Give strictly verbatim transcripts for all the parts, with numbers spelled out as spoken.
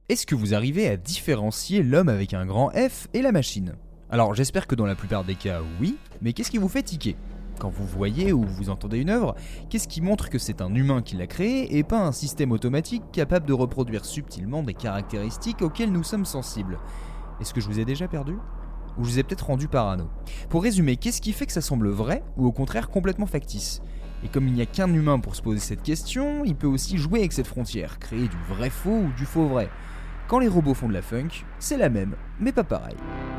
Est-ce que vous arrivez à différencier l'homme avec un grand F et la machine ? Alors j'espère que dans la plupart des cas, oui, mais qu'est-ce qui vous fait tiquer ? Quand vous voyez ou vous entendez une œuvre, qu'est-ce qui montre que c'est un humain qui l'a créée et pas un système automatique capable de reproduire subtilement des caractéristiques auxquelles nous sommes sensibles ? Est-ce que je vous ai déjà perdu ? Ou je vous ai peut-être rendu parano ? Pour résumer, qu'est-ce qui fait que ça semble vrai ou au contraire complètement factice ? Et comme il n'y a qu'un humain pour se poser cette question, il peut aussi jouer avec cette frontière, créer du vrai faux ou du faux vrai. Quand les robots font de la funk, c'est la même, mais pas pareil.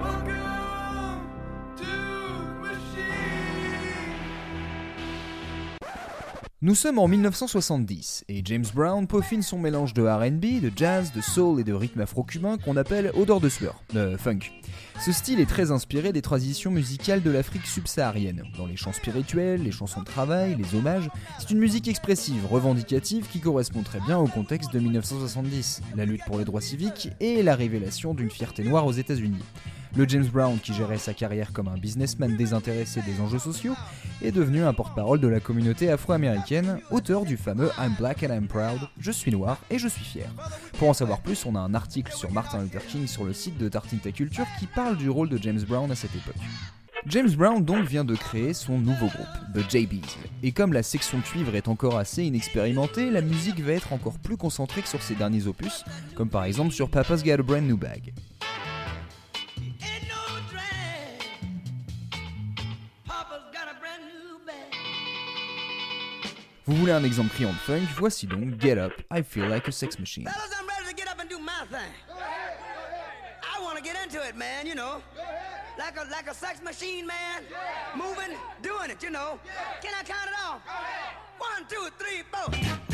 Nous sommes en dix-neuf cent soixante-dix et James Brown peaufine son mélange de R and B, de jazz, de soul et de rythme afro-cubain qu'on appelle odeur de sueur, euh, funk. Ce style est très inspiré des traditions musicales de l'Afrique subsaharienne. Dans les chants spirituels, les chansons de travail, les hommages, c'est une musique expressive, revendicative qui correspond très bien au contexte de dix-neuf cent soixante-dix, la lutte pour les droits civiques et la révélation d'une fierté noire aux États-Unis. Le James Brown, qui gérait sa carrière comme un businessman désintéressé des enjeux sociaux, est devenu un porte-parole de la communauté afro-américaine, auteur du fameux I'm Black and I'm Proud, je suis noir et je suis fier. Pour en savoir plus, on a un article sur Martin Luther King sur le site de Tartine Ta Culture qui parle du rôle de James Brown à cette époque. James Brown donc vient de créer son nouveau groupe, The J Bs, et comme la section cuivre est encore assez inexpérimentée, la musique va être encore plus concentrée que sur ses derniers opus, comme par exemple sur Papa's Got a Brand New Bag. Vous voulez un exemple criant de funk, voici donc Get Up, I Feel Like a Sex Machine. Fellas, I'm ready to get up and do my thing. I want to get into it, man, you know. Like a, like a sex machine, man. Moving, doing it, you know. Can I count it off? One, two, three, four.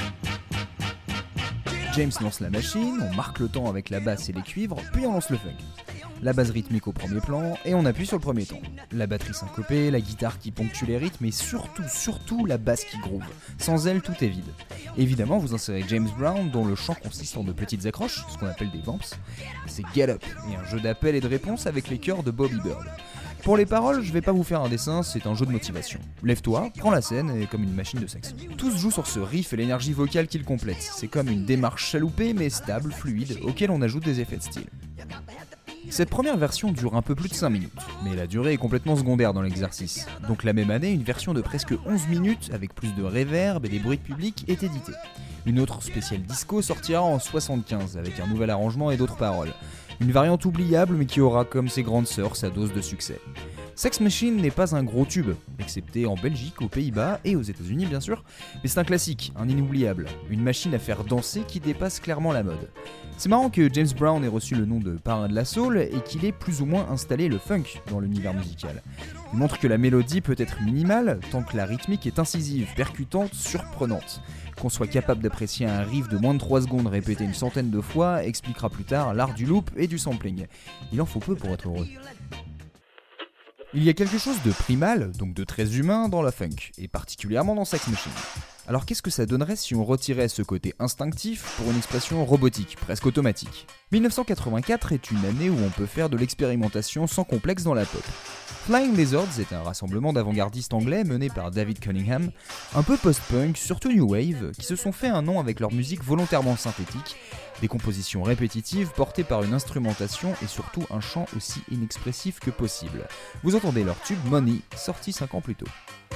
James lance la machine, on marque le temps avec la basse et les cuivres, puis on lance le funk. La base rythmique au premier plan, et on appuie sur le premier temps. La batterie syncopée, la guitare qui ponctue les rythmes, et surtout, surtout la basse qui groove. Sans elle, tout est vide. Évidemment, vous insérez James Brown, dont le chant consiste en de petites accroches, ce qu'on appelle des vamps. C'est Get Up, et un jeu d'appel et de réponse avec les chœurs de Bobby Bird. Pour les paroles, je vais pas vous faire un dessin, c'est un jeu de motivation. Lève-toi, prends la scène, et comme une machine de sexe. Tout se joue sur ce riff et l'énergie vocale qu'il complète. C'est comme une démarche chaloupée, mais stable, fluide, auquel on ajoute des effets de style. Cette première version dure un peu plus de cinq minutes, mais la durée est complètement secondaire dans l'exercice. Donc la même année, une version de presque onze minutes, avec plus de reverb et des bruits de public, est éditée. Une autre spéciale disco sortira en soixante-quinze, avec un nouvel arrangement et d'autres paroles. Une variante oubliable, mais qui aura comme ses grandes sœurs sa dose de succès. Sex Machine n'est pas un gros tube, excepté en Belgique, aux Pays-Bas et aux États-Unis bien sûr, mais c'est un classique, un inoubliable, une machine à faire danser qui dépasse clairement la mode. C'est marrant que James Brown ait reçu le nom de parrain de la soul et qu'il ait plus ou moins installé le funk dans l'univers musical. Il montre que la mélodie peut être minimale tant que la rythmique est incisive, percutante, surprenante. Qu'on soit capable d'apprécier un riff de moins de trois secondes répété une centaine de fois expliquera plus tard l'art du loop et du sampling. Il en faut peu pour être heureux. Il y a quelque chose de primal, donc de très humain, dans la funk, et particulièrement dans Sex Machine. Alors qu'est-ce que ça donnerait si on retirait ce côté instinctif pour une expression robotique, presque automatique ? dix-neuf cent quatre-vingt-quatre est une année où on peut faire de l'expérimentation sans complexe dans la pop. Flying Lizards est un rassemblement d'avant-gardistes anglais mené par David Cunningham, un peu post-punk, surtout new wave, qui se sont fait un nom avec leur musique volontairement synthétique, des compositions répétitives portées par une instrumentation et surtout un chant aussi inexpressif que possible. Vous entendez leur tube Money, sorti cinq ans plus tôt.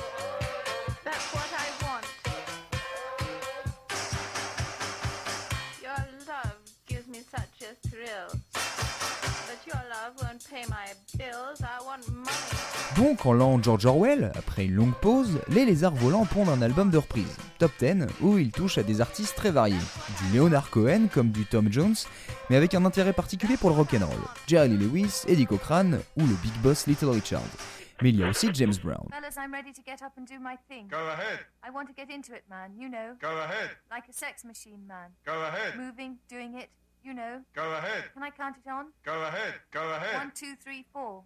Donc, en l'an George Orwell, après une longue pause, les Lézards Volants pondent un album de reprise, Top dix, où ils touchent à des artistes très variés, du Leonard Cohen comme du Tom Jones, mais avec un intérêt particulier pour le rock'n'roll, Jerry Lee Lewis, Eddie Cochran ou le big boss Little Richard. Mais il y a aussi James Brown. Fellas, I'm ready to get up and do my thing. Go ahead. I want to get into it, man, you know. Go ahead. Like a sex machine, man. Go ahead. Moving, doing it, you know. Go ahead. Can I count it on? Go ahead. Go ahead. One, two, three, four.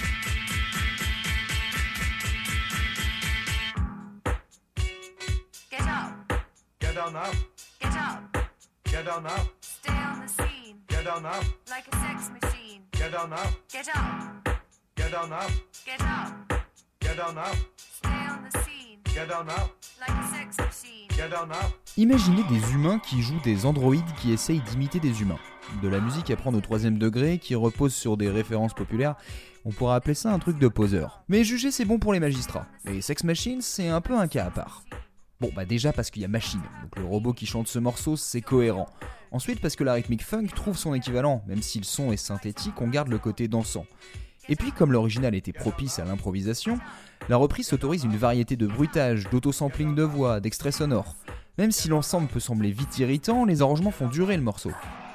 Get up. Get down up. Get up. Get down up. Stay on the scene. Get down up. Like a sex machine. Get down up. Get up. Get down up. Get up. Get down up. Stay on the scene. Get down up. like a sex machine. Get on up. Imaginez des humains qui jouent des androïdes qui essayent d'imiter des humains. De la musique à prendre au troisième degré qui repose sur des références populaires, on pourrait appeler ça un truc de poseur. Mais juger c'est bon pour les magistrats. Et Sex Machine c'est un peu un cas à part. Bon bah déjà parce qu'il y a Machine, donc le robot qui chante ce morceau c'est cohérent. Ensuite parce que la rythmique funk trouve son équivalent, même si le son est synthétique, on garde le côté dansant. Et puis comme l'original était propice à l'improvisation, la reprise s'autorise une variété de bruitages, d'auto-sampling de voix, d'extraits sonores. Même si l'ensemble peut sembler vite irritant, les arrangements font durer le morceau.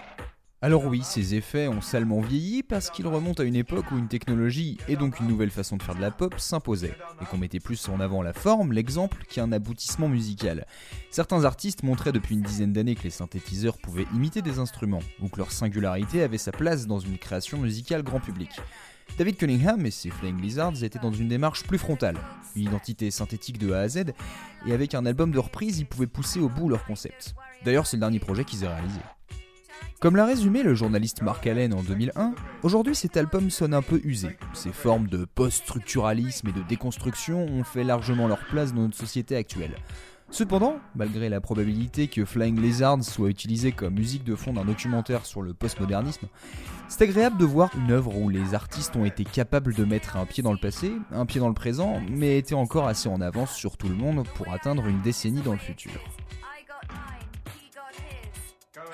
Alors oui, ces effets ont salement vieilli parce qu'ils remontent à une époque où une technologie et donc une nouvelle façon de faire de la pop s'imposaient, et qu'on mettait plus en avant la forme, l'exemple, qu'un aboutissement musical. Certains artistes montraient depuis une dizaine d'années que les synthétiseurs pouvaient imiter des instruments, ou que leur singularité avait sa place dans une création musicale grand public. David Cunningham et ses Flying Lizards étaient dans une démarche plus frontale, une identité synthétique de A à Z, et avec un album de reprise, ils pouvaient pousser au bout leur concept. D'ailleurs, c'est le dernier projet qu'ils aient réalisé. Comme l'a résumé le journaliste Mark Allen en deux mille un, aujourd'hui cet album sonne un peu usé. Ces formes de post-structuralisme et de déconstruction ont fait largement leur place dans notre société actuelle. Cependant, malgré la probabilité que Flying Lizards soit utilisé comme musique de fond d'un documentaire sur le postmodernisme, c'est agréable de voir une œuvre où les artistes ont été capables de mettre un pied dans le passé, un pied dans le présent, mais étaient encore assez en avance sur tout le monde pour atteindre une décennie dans le futur. I got mine, he got his. Go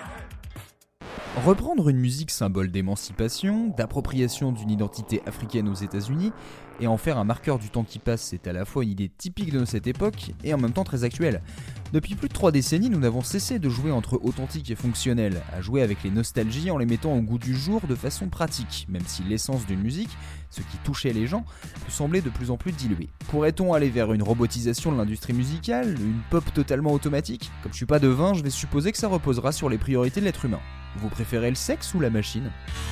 ahead. Reprendre une musique symbole d'émancipation, d'appropriation d'une identité africaine aux États-Unis, et en faire un marqueur du temps qui passe, c'est à la fois une idée typique de cette époque et en même temps très actuelle. Depuis plus de trois décennies, nous n'avons cessé de jouer entre authentique et fonctionnel, à jouer avec les nostalgies en les mettant au goût du jour de façon pratique, même si l'essence d'une musique, ce qui touchait les gens, peut sembler de plus en plus dilué. Pourrait-on aller vers une robotisation de l'industrie musicale, une pop totalement automatique ? Comme je suis pas devin, je vais supposer que ça reposera sur les priorités de l'être humain. Vous préférez le sexe ou la machine ?